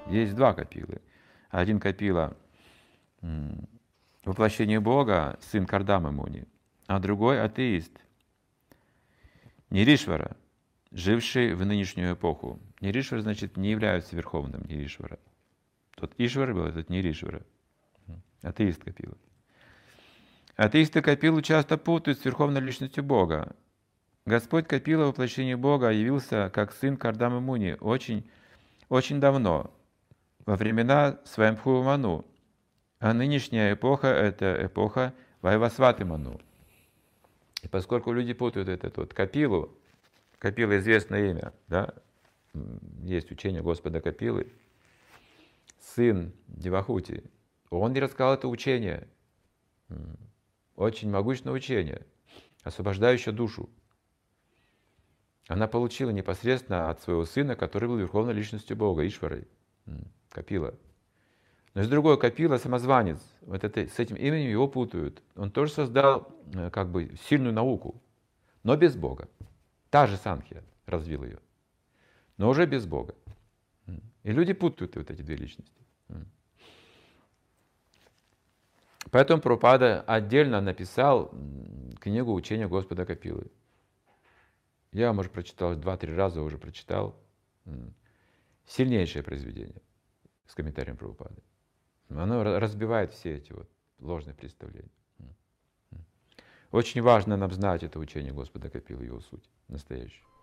Есть два Капилы. Один Капила воплощение Бога, сын Кардамы Муни, а другой атеист, Ниришвара, живший в нынешнюю эпоху. Ниришвара, значит, не является верховным Ниришвара. Тот Ишвар был, этот Ниришвара. Атеист Капила. Атеисты Капилу часто путают с верховной личностью Бога. Господь Капила, воплощение Бога, явился как сын Кардамы Муни очень, очень давно, во времена Сваямбхува Ману. А нынешняя эпоха — это эпоха Вайвасваты Ману. И поскольку люди путают этот вот Капилу, Капила — известное имя, да? Есть учение Господа Капилы, сын Девахути. Он не рассказал это учение, очень могущественное учение, освобождающее душу. Она получила непосредственно от своего сына, который был верховной личностью Бога, Ишварой, Капила. Но есть другой Капила, самозванец. Вот с этим именем его путают. Он тоже создал как бы сильную науку, но без Бога. Та же Санхья развил ее, но уже без Бога. И люди путают вот эти две личности. Поэтому Прабхупада отдельно написал книгу учения Господа Капилы. Я, может, прочитал 2-3 раза, уже прочитал. Сильнейшее произведение с комментарием Прабхупады. Оно разбивает все эти вот ложные представления. Очень важно нам знать это учение Господа Капилы, его суть настоящую.